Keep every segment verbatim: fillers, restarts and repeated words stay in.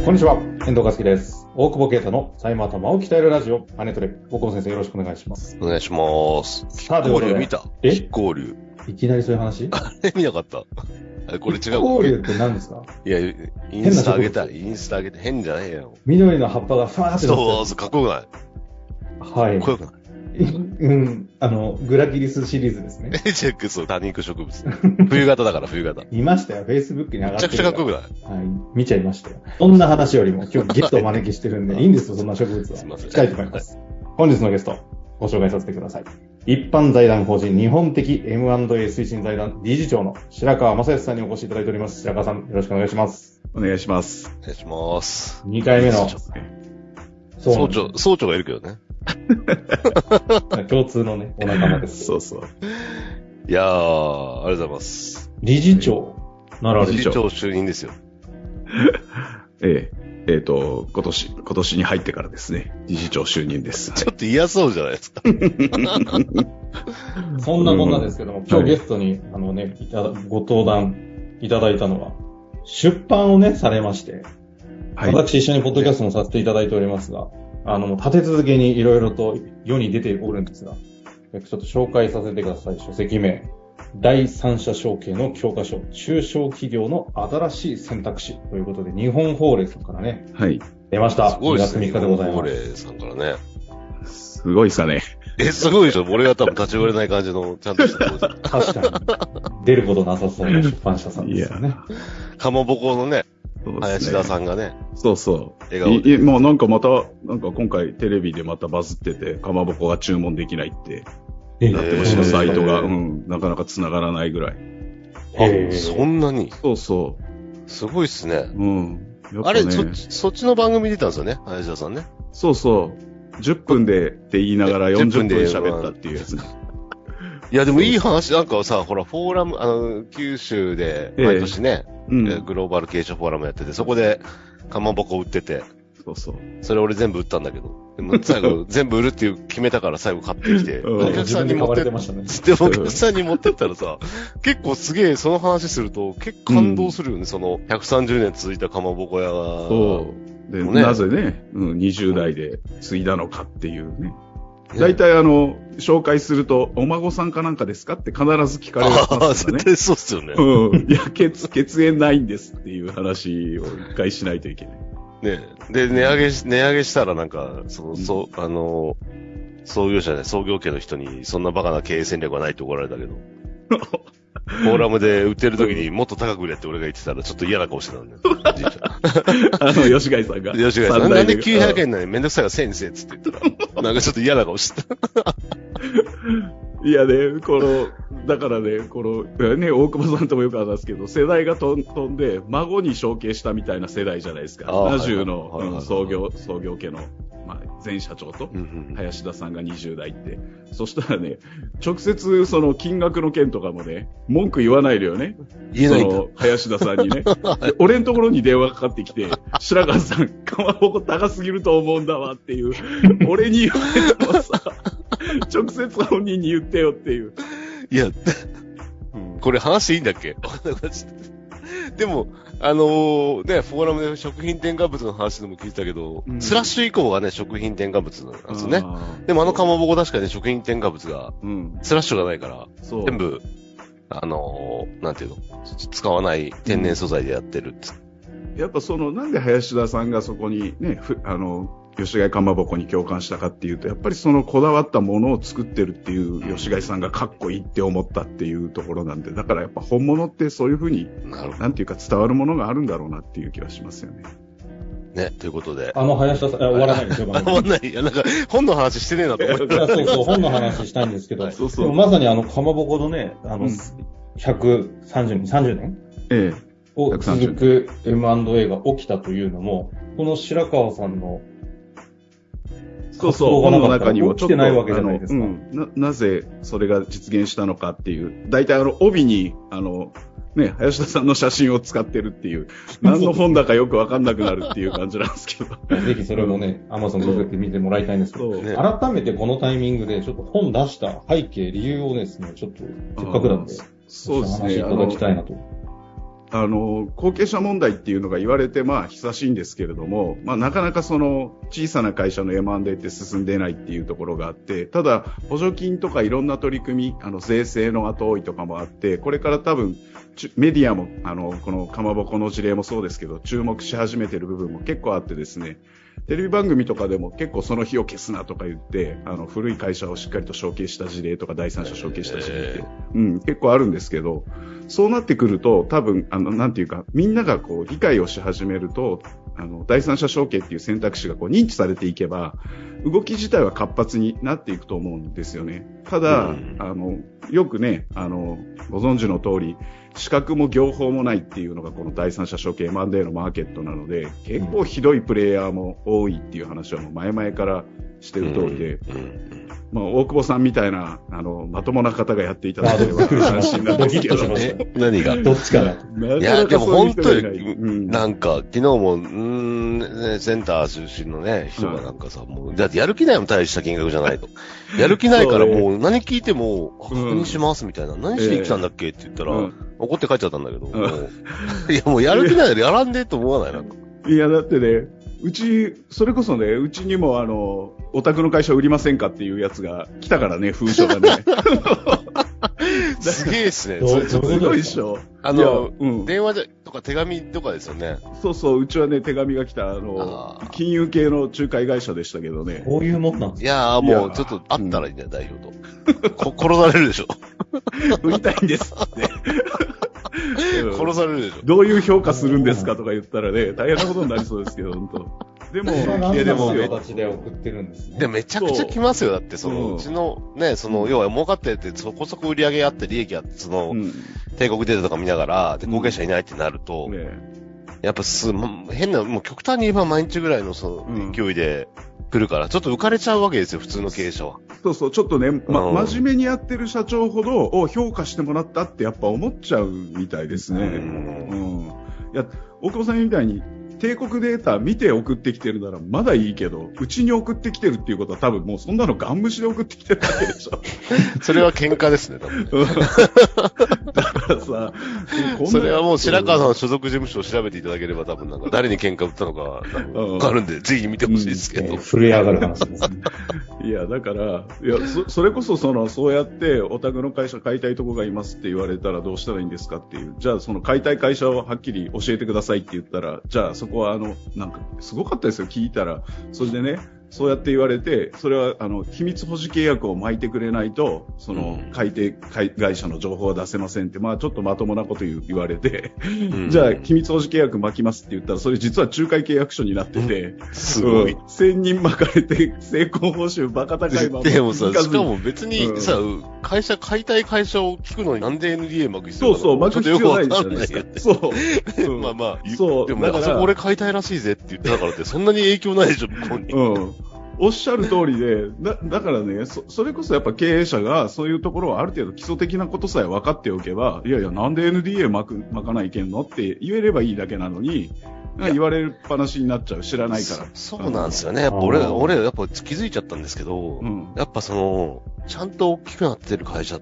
こんにちは、遠藤和樹です。大久保啓太の財務頭を鍛えるラジオ、マネトレ。大久保先生よろしくお願いします。 お願いします。 さあ、ということで。 見たえ筆交流。 いきなりそういう話あれ見なかった。あれこれ違う。 筆交流って何ですか？ いや、インスタ上げたい。インスタ上げて変じゃないよ。 緑の葉っぱがファーってなってる。 そうそう、かっこよくない。 はい。 かっこよくない。 うん、あの、グラキリスシリーズですね。 エジェックス、多肉植物。冬型だから、冬型。 見ましたよ。Facebook に上がってる。 めちゃくちゃかっこよくない。 はい。見ちゃいましたよ。そんな話よりも、今日ゲストをお招きしてるんで、いいんですよ、そんな植物は。 すいません。 聞きたいと思います。はい、本日のゲスト、ご紹介させてください。一般財団法人日本的 エムアンドエー 推進財団理事長の白川正康さんにお越しいただいております。白川さん、よろしくお願いします。 お願いします。 お願いします。 にかいめの。 総長、総長がいるけどね。 共通のね、お仲間です。 そうそう。 いやー、ありがとうございます。 理事長なら理事長就任ですよ。 ええ、えっ、ー、と、今年、今年に入ってからですね、理事長就任です。 ちょっと嫌そうじゃないですか。 そんなこんなですけども、うん、今日ゲストに、あのね、いただご登壇いただいたのは、出版をね、されまして、はい、私一緒にポッドキャストもさせていただいておりますが、あの、立て続けにいろいろと世に出ておるんですが、ちょっと紹介させてください。書籍名。第三者承継の教科書。中小企業の新しい選択肢。ということで、日本法令さんからね。 はい。 出ました。 すごいですね。 にがつみっかでございます。 日本法令さんからね。 すごいですかね。 え、すごいでしょ。俺が多分立ち寄れない感じの、ちゃんとした当時。 確かに。出ることなさそうな出版社さんですよね。 かまぼこのね。ね、林田さんがね。 そうそう。 笑顔で。 もうなんかまた、なんか今回テレビでまたバズってて、かまぼこが注文できないってなってました、サイトが。うん。なかなか繋がらないぐらい。 あ、そんなに。 そうそう。 すごいっすね。 うん。やっぱね、 あれ、そっち、そっちの番組出たんですよね、林田さんね。 そうそう。じゅっぷんでって言いながらよんじゅっぷん喋ったっていうやつね。 いや、でもいい話、なんかさ、ほら、フォーラム、あの、九州で、毎年ね、ええうん、グローバル経営者フォーラムやってて、そこで、かまぼこ売ってて、 そうそう。 それ俺全部売ったんだけど、でも最後、全部売るっていう決めたから最後買ってきて、 うん、お客さんに持ってって、ましたね。 でもお客さんに持ってったらさ、結構すげえ、その話すると、結構感動するよね、うん、その、ひゃくさんじゅうねん続いたかまぼこ屋が。 そう。で、ね、なぜね、うん、にじゅう代で継いだのかっていうね。大体あの、紹介すると、お孫さんかなんかですかって必ず聞かれますからね。 絶対そうっすよね。 うん。いや、血、血縁ないんですっていう話を一回しないといけない。 ねで、値上げし、値上げしたらなんか、その、そう、あの、創業者ね、創業家の人に、そんなバカな経営戦略はないって怒られたけど。フォーラムで売ってる時にもっと高く売れって俺が言ってたらちょっと嫌な顔してたんだよ。 あの、吉貝さんが。 吉貝さん。なんできゅうひゃくえんなのにめんどくさいからせんにせえっつって言ったら、なんかちょっと嫌な顔してた。 いやね、この、だからね、この、ね、大久保さんともよく話すけど、世代が飛んで、孫に承継したみたいな世代じゃないですか。ななじゅうの、はいはいはい、創業、創業家の、まあ、前社長と、林田さんがにじゅう代って。そしたらね、直接、その、金額の件とかもね、文句言わないでよね。 言えないんだ。 その、林田さんにね。俺のところに電話かかってきて、白川さん、かまぼこ高すぎると思うんだわっていう、俺に言われてもさ、直接本人に言ってよっていう。 いや、これ話していいんだっけでも、あのー、ね、フォーラムで食品添加物の話でも聞いたけど、うん、スラッシュ以降がね、食品添加物なんですね。でもあのかまぼこ確かに、ね、食品添加物が、うん、スラッシュがないから、全部、あのー、なんていうの、使わない天然素材でやってるっつ、 うん、やっぱその、なんで林田さんがそこにね、あの、吉貝かまぼこに共感したかっていうと、やっぱりそのこだわったものを作ってるっていう吉貝さんがかっこいいって思ったっていうところなんで、だからやっぱ本物ってそういうふうに、なんていうか伝わるものがあるんだろうなっていう気はしますよね。 ね、ということで。 あの林田さん、終わらないですよ、 終わらない。いや、なんか本の話してねえなと思って。 そうそう、本の話したいんですけど、そうそう、でもまさにあのかまぼこのね、あの、うん、ひゃくさんじゅうねん、さんじゅうねんええ。 を続く エムアンドエー が起きたというのも、この白川さんのそうそう、本の中にもちょっと、あの、うん、 な、なぜそれが実現したのかっていう、大体あの、帯に、あの、ね、林田さんの写真を使ってるっていう、何の本だかよくわかんなくなるっていう感じなんですけど。 ぜひそれもね、アマゾンググって見てもらいたいんですけど、ね、改めてこのタイミングでちょっと本出した背景、理由をですね、ちょっとせっかくなんで、 そうですね。 話いただきたいなと。 あの、後継者問題っていうのが言われて、まあ、久しいんですけれども、まあ、なかなかその、小さな会社の エムアンドエー って進んでないっていうところがあって、ただ、補助金とかいろんな取り組み、あの、税制の後追いとかもあって、これから多分、メディアも、あの、このかまぼこの事例もそうですけど、注目し始めてる部分も結構あってですね、テレビ番組とかでも結構その日を消すなとか言って、あの、古い会社をしっかりと承継した事例とか、第三者承継した事例って、うん、結構あるんですけど、そうなってくると、多分、あの、なんていうか、みんながこう、理解をし始めると、あの、第三者承継っていう選択肢がこう、認知されていけば、動き自体は活発になっていくと思うんですよね。ただ、うん、あの、よくね、あの、ご存知の通り、資格も業法もないっていうのがこの第三者承継 エムアンドエー のマーケットなので、結構ひどいプレイヤーも多いっていう話はもう前々からしてる通りで、うんうん、まあ、大久保さんみたいな、あの、まともな方がやっていただければ安心なんですけど、 ね、何がどっちかな。 いや、でも本当に、うん、なんか、昨日も、うーん、ね、センター出身のね、人がなんかさ、はい、もう、だってやる気ないも大した金額じゃないと。やる気ないからもう何聞いても、確認しますみたいな、うん、何しに来たんだっけって言ったら、うん、怒って帰っちゃったんだけど、うん、いやもうやる気ないならやらんでと思わないなんか。 いや、だってね、うち、それこそね、うちにもあの、お宅の会社売りませんかっていうやつが来たからね、封書がね。 すげえっすね。 すごいっしょ。 あの、うん、電話でとか手紙とかですよね。 そうそう、うちはね、手紙が来た、あの、あ金融系の仲介会社でしたけどね。 こういうもんなんですか？ いやーもうちょっと会ったらいいんだよ、代表と。こ殺されるでしょ。 売りたいんですって。 殺されるでしょ。 どういう評価するんですかとか言ったらね、大変なことになりそうですけど、本当。でも、 いやでも、形で送ってるんですね。 で、めちゃくちゃ来ますよ。だって、その、うちの、ね、その、要は儲かってて、そこそこ売り上げあって、利益あって、その、うん、帝国データとか見ながら、で、後継者いないってなると、うんね、やっぱす、変な、もう極端に言えば毎日ぐらいの、その、勢いで来るから、ちょっと浮かれちゃうわけですよ、普通の経営者は。 そうそう、ちょっとね、ま、真面目にやってる社長ほど、を評価してもらったってやっぱ思っちゃうみたいですね。うん。うん、いや、大久保さんみたいに、帝国データ見て送ってきてるならまだいいけど、うちに送ってきてるっていうことは多分もうそんなのガン無視で送ってきてるわけでしょ。 それは喧嘩ですね、多分、ね。 だからさ、 それはもう白川さんの所属事務所を調べていただければ多分なんか誰に喧嘩売ったのかわかるんで、ぜひ見てほしいですけど。 うん、震え上がる話ですね。 いや、だから、いや、そ、それこそその、そうやってお宅の会社買いたいとこがいますって言われたらどうしたらいいんですかっていう。じゃあその買いたい会社をはっきり教えてくださいって言ったら、じゃあそここはあのなんかすごかったですよ、聞いたら。それでね、そうやって言われて、それはあの秘密保持契約を巻いてくれないと、その買い手会社の情報は出せませんって、まあちょっとまともなこと言われて、うん、じゃあ秘密保持契約巻きますって言ったら、それ実は仲介契約書になってて、うん、 すごい。 せんにん巻かれて成功報酬バカ高いまま。 でもさ、しかも別にさ、うん、会社、買いたい会社を聞くのになんで エヌディーエー 巻く必要なの？ そうそう、巻く必要ないじゃないですか。そう。 うん、まあまあ、そう。でもなんかそこ俺買いたいらしいぜって言ってたからって、そんなに影響ないでしょ、向こうに。うん。 おっしゃる通りで、だ、だからね、そ、それこそやっぱ経営者がそういうところはある程度基礎的なことさえ分かっておけば、いやいや、なんで エヌディーエー 巻く、巻かないけんのって言えればいいだけなのに、言われるっぱなしになっちゃう、知らないから。 そ、そうなんですよね。やっぱ俺、俺、やっぱ気づいちゃったんですけど、うん、やっぱその、ちゃんと大きくなってる会社って、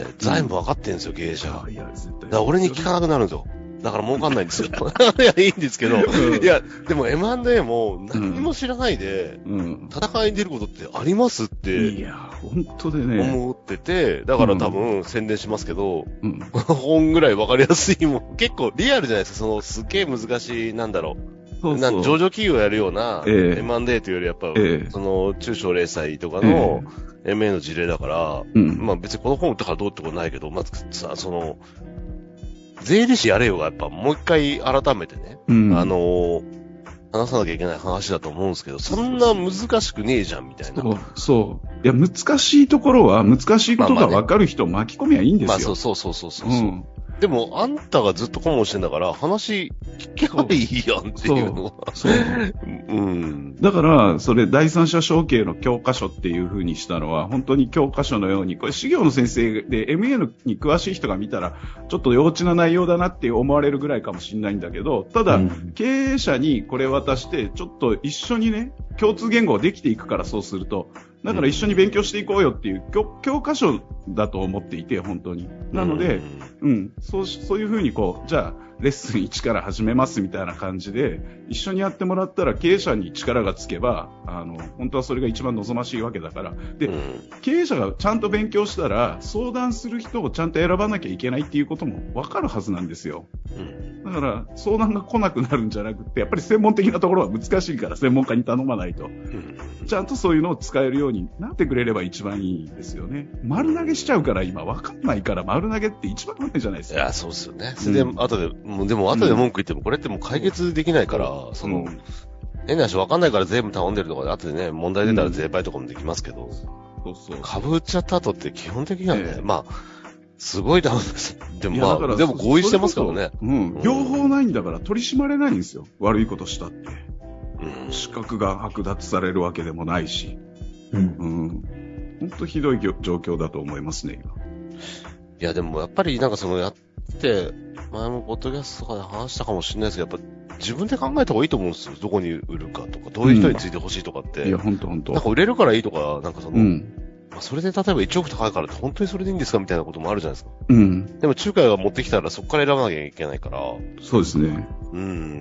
財務分かってるんですよ、経営者。いや、絶対。だから俺に聞かなくなるんですよ。だから儲かんないんですよ。いや、いいんですけど。うん、いや、でも エムアンドエー も何も知らないで、うん、戦いに出ることってありますって。 いや、本当でね。 思ってて、だから多分宣伝しますけど、うん、本ぐらい分かりやすいもん。結構リアルじゃないですか。そのすっげえ難しい、なんだろう。そうそうなん上場企業やるような エムアンドエー というよりやっぱ、ええ、その中小零細とかの エムエー の事例だから、うん、まあ別にこの本売ったからどうってことないけど、まずさ、その、税理士やれよがやっぱもう一回改めてね、うん、あのー、話さなきゃいけない話だと思うんですけど、そんな難しくねえじゃんみたいな。 そう、そう。いや、難しいところは難しいことが分かる人を巻き込みはいいんですよ。まあ、 まあね、まあそうそうそうそうそう。うんでも、あんたがずっと顧問してんだから、話聞けばいいやんっていうのは。そう。そううん。 だから、それ、第三者承継の教科書っていう風にしたのは、本当に教科書のように、これ、資料の先生で エムエー に詳しい人が見たら、ちょっと幼稚な内容だなって思われるぐらいかもしれないんだけど、ただ、うん、経営者にこれ渡して、ちょっと一緒にね、共通言語ができていくから、そうすると、 だから一緒に勉強していこうよっていう教、教科書だと思っていて、本当に。なので、うん、うん、そう、そういうふうにこう、じゃあ、レッスンいちから始めますみたいな感じで、一緒にやってもらったら経営者に力がつけば、あの、本当はそれが一番望ましいわけだから。で、うん、経営者がちゃんと勉強したら、相談する人をちゃんと選ばなきゃいけないっていうこともわかるはずなんですよ。うん、だから、相談が来なくなるんじゃなくて、やっぱり専門的なところは難しいから、専門家に頼まないと。うん、ちゃんとそういうのを使えるようになってくれれば一番いいですよね。丸投げしちゃうから今、わかんないから丸投げって一番ダメじゃないですか。 いや、そうですよね。それで、うん、後で、もうでも後で文句言っても、これってもう解決できないから、うん、その、うん、変な話分かんないから税務頼んでるとかで、後でね、問題出たら税倍とかもできますけど、うん、そうそう株売っちゃった後って基本的にはね、えー、まあ、すごいダメです。でもまあ、でも合意してますからね。 うん。両方ないんだから取り締まれないんですよ。悪いことしたって。うん。資格が剥奪されるわけでもないし。うん。うん。ほんとひどい状況だと思いますね、今。 いや、でもやっぱりなんかそのやって、前もポッドキャストとかで話したかもしれないですけど、やっぱ自分で考えた方がいいと思うんですよ。どこに売るかとか、どういう人についてほしいとかって。うん、 いや、ほんとほんと。 なんか売れるからいいとか、なんかその、うん、まあ、それで例えばいちおく高いからって本当にそれでいいんですかみたいなこともあるじゃないですか。うん。でも仲介が持ってきたらそこから選ばなきゃいけないから。 そうですね。 うん。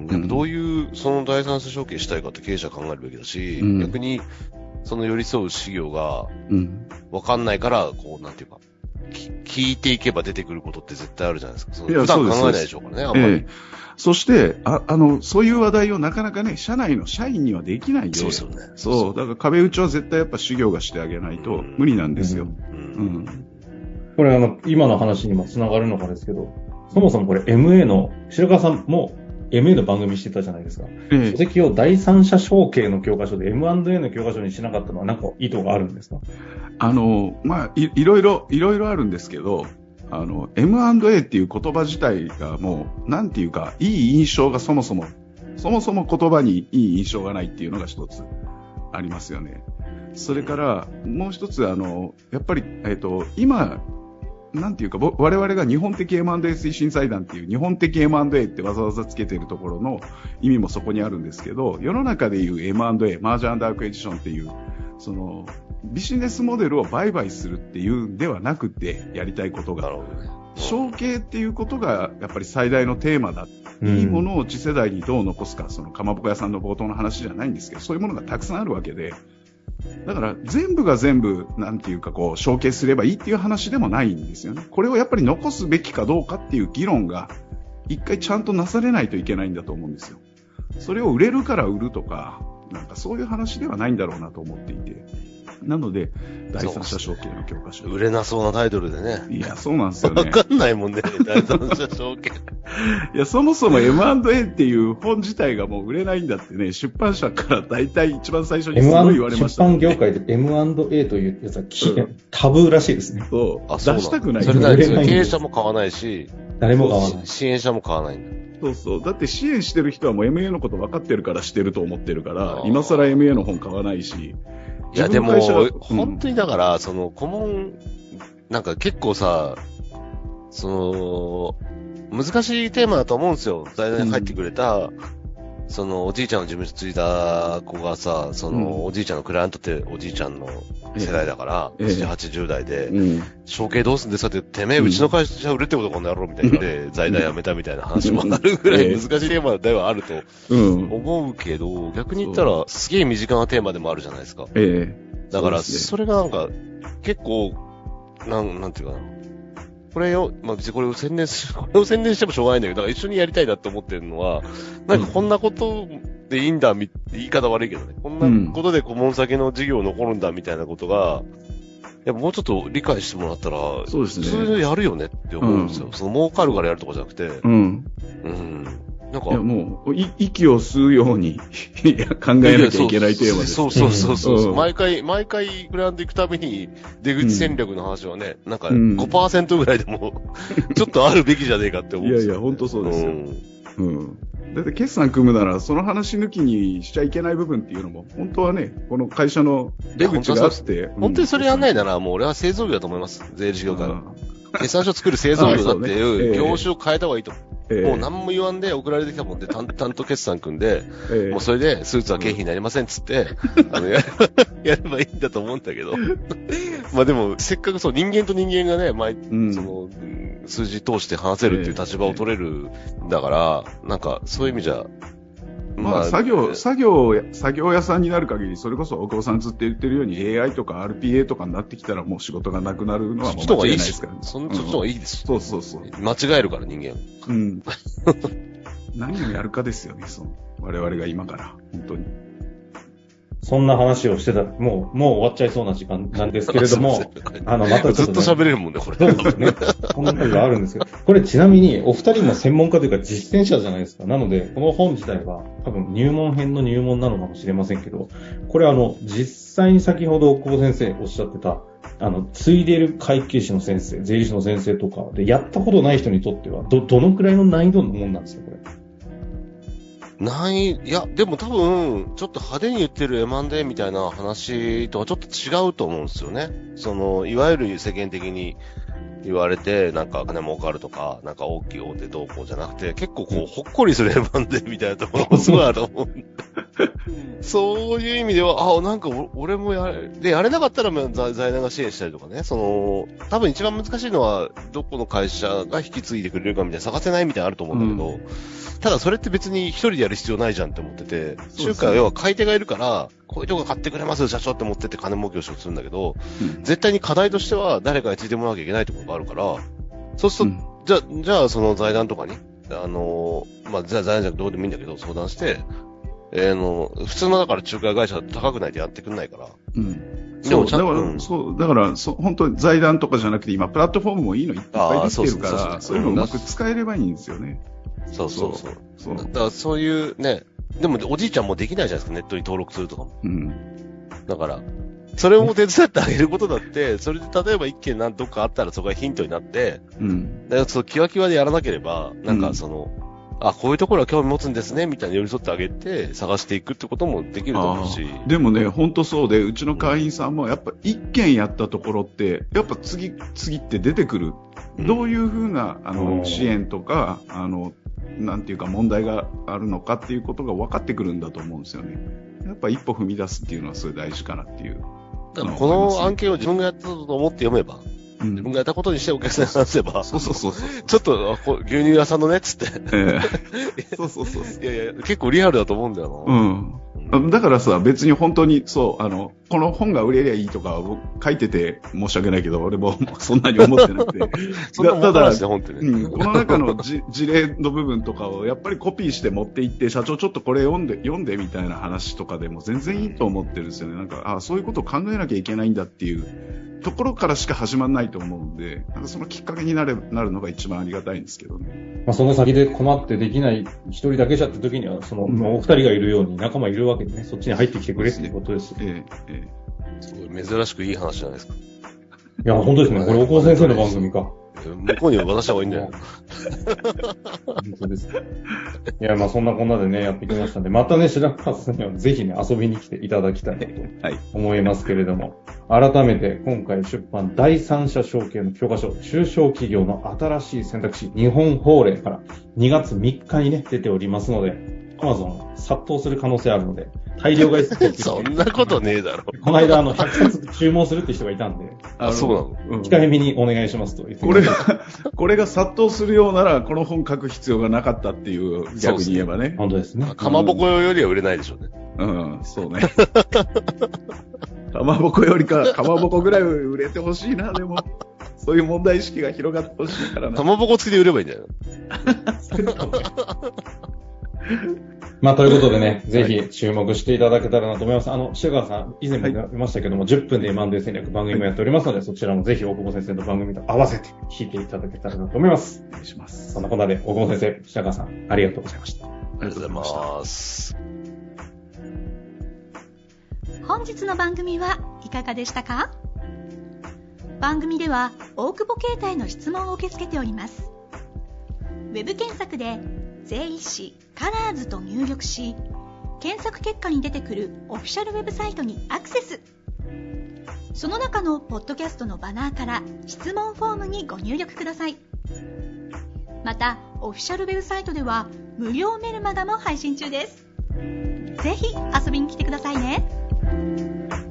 でもどういう、その第三者承継したいかって経営者は考えるべきだし、うん、逆に、その寄り添う事業が、わかんないから、こう、なんていうか、聞いていけば出てくることって絶対あるじゃないですか。その普段考えないでしょうからね、あんまり。ええ、 そして、あ、あの、そういう話題をなかなかね、社内の社員にはできないで。 そうですよね。 そう。だから壁打ちは絶対やっぱ修行がしてあげないと無理なんですよ。うん。うんうん、 これあの、今の話にもつながるのかですけど、そもそもこれ エムエー の、白川さんも エムエー の番組してたじゃないですか。ええ、書籍を第三者承継の教科書で エムアンドエー の教科書にしなかったのはなんか意図があるんですか？ あの、まあ、い、いろいろ、いろいろあるんですけど、あの、エムアンドエー っていう言葉自体がもう、なんていうか、いい印象がそもそも、そもそも言葉にいい印象がないっていうのが一つありますよね。それから、もう一つ、あの、やっぱり、えっと、今、なんていうか、我々が日本的 エムアンドエー 推進財団っていう日本的 エムアンドエー ってわざわざつけてるところの意味もそこにあるんですけど、世の中でいう エムアンドエー、マージャンダークエディションっていう、その、ビジネスモデルを売買するっていうんではなくて、やりたいことが、承継っていうことがやっぱり最大のテーマだ。うん、いいものを次世代にどう残すか、そのかまぼこ屋さんの冒頭の話じゃないんですけど、そういうものがたくさんあるわけで、だから全部が全部なんていうかこう承継すればいいっていう話でもないんですよね。これをやっぱり残すべきかどうかっていう議論が一回ちゃんとなされないといけないんだと思うんですよ。それを売れるから売るとか、なんかそういう話ではないんだろうなと思っていて。なので、第三者承継の教科書。 売れなそうなタイトルでね。 いや、そうなんですよね。 わかんないもんね、第三者承継。 いや、そもそも エムアンドエー っていう本自体がもう売れないんだってね、出版社から大体一番最初にすごい言われました、ね。 出版業界で エムアンドエー というやつは、うん、タブーらしいですね。 そう。あ、そう出したくない。 それなりです経営者も買わないし、 誰も買わない。 支援者も買わないんだ。 そうそう。だって支援してる人はもう エムエー のこと分かってるからしてると思ってるから、今更 エムエー の本買わないし。 いやでも、本当にだから、その、顧問、なんか結構さ、その、難しいテーマだと思うんですよ。財団に入ってくれた、うん、その、おじいちゃんの事務所継いだ子がさ、その、うん、おじいちゃんのクライアントっておじいちゃんの世代だから、ええ、ななじゅう、はちじゅう代で、うん、承継どうすんですかって、てめえ、うちの会社売るってことこの野郎みたいなで、うん、財団辞めたみたいな話もあるぐらい難しいテーマではあると思うけど、逆に言ったら、すげえ身近なテーマでもあるじゃないですか。ええ、だから、それがなんか、結構、なん、なんていうかな。これを、まあ、別にこれを宣伝する、これを宣伝してもしょうがないんだけど、だから一緒にやりたいなって思ってるのは、なんかこんなことでいいんだ、み、言い方悪いけどね。こんなことで顧問先の事業残るんだ、みたいなことが、いや、もうちょっと理解してもらったら、 そうですね。 それでやるよねって思うんですよ。うん、その儲かるからやるとかじゃなくて、うん。うん。なんか。いや、 もう、い息を吸うように考えなきゃいけないテーマです。 そうそうそうそうそう、うん。毎回、毎回グラウンド行くたびに出口戦略の話はね、うん、なんか ごパーセント ぐらいでも、ちょっとあるべきじゃねえかって思うんですよ、ね。 いやいや、ほんとそうですよ。うん。うん。だって決算組むなら、その話抜きにしちゃいけない部分っていうのも、本当はね、この会社の出口があって。 本当, 本当にそれやんないなら、もう俺は製造業だと思います。税理士業界は。決算書作る製造業だっていう業種を変えた方がいいと思う。 えー、もう何も言わんで送られてきたもんで、淡々と決算組んで、えー、もうそれでスーツは経費になりませんっつって、うん、あのや、やればいいんだと思うんだけど。まあでも、せっかくそう人間と人間がね、毎、うん、その、数字通して話せるっていう立場を取れるんだから、えー、なんかそういう意味じゃ、 まあ、作業、作業、作業屋さんになる限り、それこそ大久保さんずっと言ってるように エーアイ とか アールピーエー とかになってきたらもう仕事がなくなるのはもう間違いないですからね。 そっちの方がいいです。 そうそうそう。 間違えるから人間。 うん。何をやるかですよね、その、我々が今から。本当に。 そんな話をしてた、もう、もう終わっちゃいそうな時間なんですけれども、あの、またちょっと、ね、 ずっと喋れるもんね、これ。 そうですね。こんなことがあるんですけど、これちなみにお二人も専門家というか実践者じゃないですか。なので、この本自体は多分入門編の入門なのかもしれませんけど、これあの、実際に先ほど大久保先生おっしゃってた、あの、継いでる会計士の先生、税理士の先生とかで、やったことない人にとっては、ど、どのくらいの難易度のもんなんですか、これ。 ない、いや、でも多分、ちょっと派手に言ってる エムアンドエー みたいな話とはちょっと違うと思うんですよね。その、いわゆる世間的に言われて、なんか金儲かるとか、なんか大きい大手どうこうじゃなくて、結構こう、ほっこりする エムアンドエー みたいなところもすごいあると思う。そういう意味では、あ、なんか俺もやれ、で、やれなかったら財団が支援したりとかね、その、多分一番難しいのは、どこの会社が引き継いでくれるかみたいな探せないみたいなのあると思うんだけど、うん、ただそれって別に一人でやる必要ないじゃんって思ってて、中華は要は買い手がいるから、こういうとこ買ってくれます社長って持ってって金儲けをしようとするんだけど、うん、絶対に課題としては誰かについてもらわなきゃいけないところがあるから、そうすると、うん、じゃあ、じゃあその財団とかに、あの、まあ、じゃあ財団じゃなくてどうでもいいんだけど、相談して、えー、の、普通のだから仲介会社高くないとやってくんないから。 うん。でも、だから、うん、そう、だから、そう、本当に財団とかじゃなくて今、プラットフォームもいいのいっぱいできてるから、そういうのをうまく使えればいいんですよね。 そうそうそう。そうだからそういうね、でもおじいちゃんもできないじゃないですか、ネットに登録するとかも。うん。だから、それを手伝ってあげることだって、それで例えば一件何とかあったらそこがヒントになって、うん。だからそのキワキワでやらなければ、なんかその、うんあ、こういうところは興味持つんですね、みたいに寄り添ってあげて、探していくってこともできると思うし。 でもね、ほんとそうで、うちの会員さんも、やっぱ一件やったところって、やっぱ次、次って出てくる。うん、どういうふうな、あの、支援とか、あの、なんていうか問題があるのかっていうことが分かってくるんだと思うんですよね。やっぱ一歩踏み出すっていうのはそれ大事かなっていう。 だからこの案件を自分がやったと思って読めば、うん、自分がやったことにしてお客さんに話せば、 そうそうそうそう。 ちょっと、牛乳屋さんのね、つって。えー、そうそうそうそう。 いやいや、結構リアルだと思うんだよな。 うん。だからさ、別に本当に、そう、あの、この本が売れりゃいいとか、僕書いてて申し訳ないけど、俺もそんなに思ってなくて。 そんなもん話で本ってね。 うん。この中のじ事例の部分とかを、やっぱりコピーして持っていって、社長ちょっとこれ読んで、読んでみたいな話とかでも全然いいと思ってるんですよね。なんか、あ、そういうことを考えなきゃいけないんだっていう。ところからしか始まらないと思うんで、なんかそのきっかけになる、なるのが一番ありがたいんですけどね。 まあ、その先で困ってできない一人だけじゃって時には、その、うん、お二人がいるように仲間いるわけでね、そっちに入ってきてくれっていうことですよ。ええ、ええ。すごい珍しくいい話じゃないですか。 いや、本当ですね。これ、大久保先生の番組か。 向こうに渡した方がいいんだよ。 本当です。いや、まあそんなこんなでね、やってきましたんで、またね、白川さんにはぜひね、遊びに来ていただきたいと思いますけれども、はい、改めて今回出版第三者承継の教科書、中小企業の新しい選択肢、日本法令からにがつみっかにね、出ておりますので、アマゾン殺到する可能性あるので、大量買いする。 そんなことねえだろ。 この間、あの、ひゃくさつ注文するって人がいたんで。 あ、そうなの、 うん、控えめにお願いしますと言ってこれが、これが殺到するようなら、この本書く必要がなかったっていう、逆に言えばね。 本当ですね。 かまぼこよりは売れないでしょうね。 うん、そうね。かまぼこよりか、かまぼこぐらい売れてほしいな、でも。そういう問題意識が広がってほしいからな。 かまぼこ付きで売ればいいんだよ。 まあ、ということでね、ぜひ注目していただけたらなと思います。あの、白川さん、以前も言いましたけども、はい、じゅっぷんで エムアンドエー 戦略番組もやっておりますので、そちらもぜひ大久保先生の番組と合わせて聞いていただけたらなと思います。 お願いします。 そんなこんなで、大久保先生、白川さん、ありがとうございました。ありがとうございます。 本日の番組はいかがでしたか？番組では、大久保携帯の質問を受け付けております。ウェブ検索で、税理士カラーズと入力し、検索結果に出てくるオフィシャルウェブサイトにアクセス。その中のポッドキャストのバナーから質問フォームにご入力ください。 またオフィシャルウェブサイトでは無料メルマガも配信中です。ぜひ遊びに来てくださいね。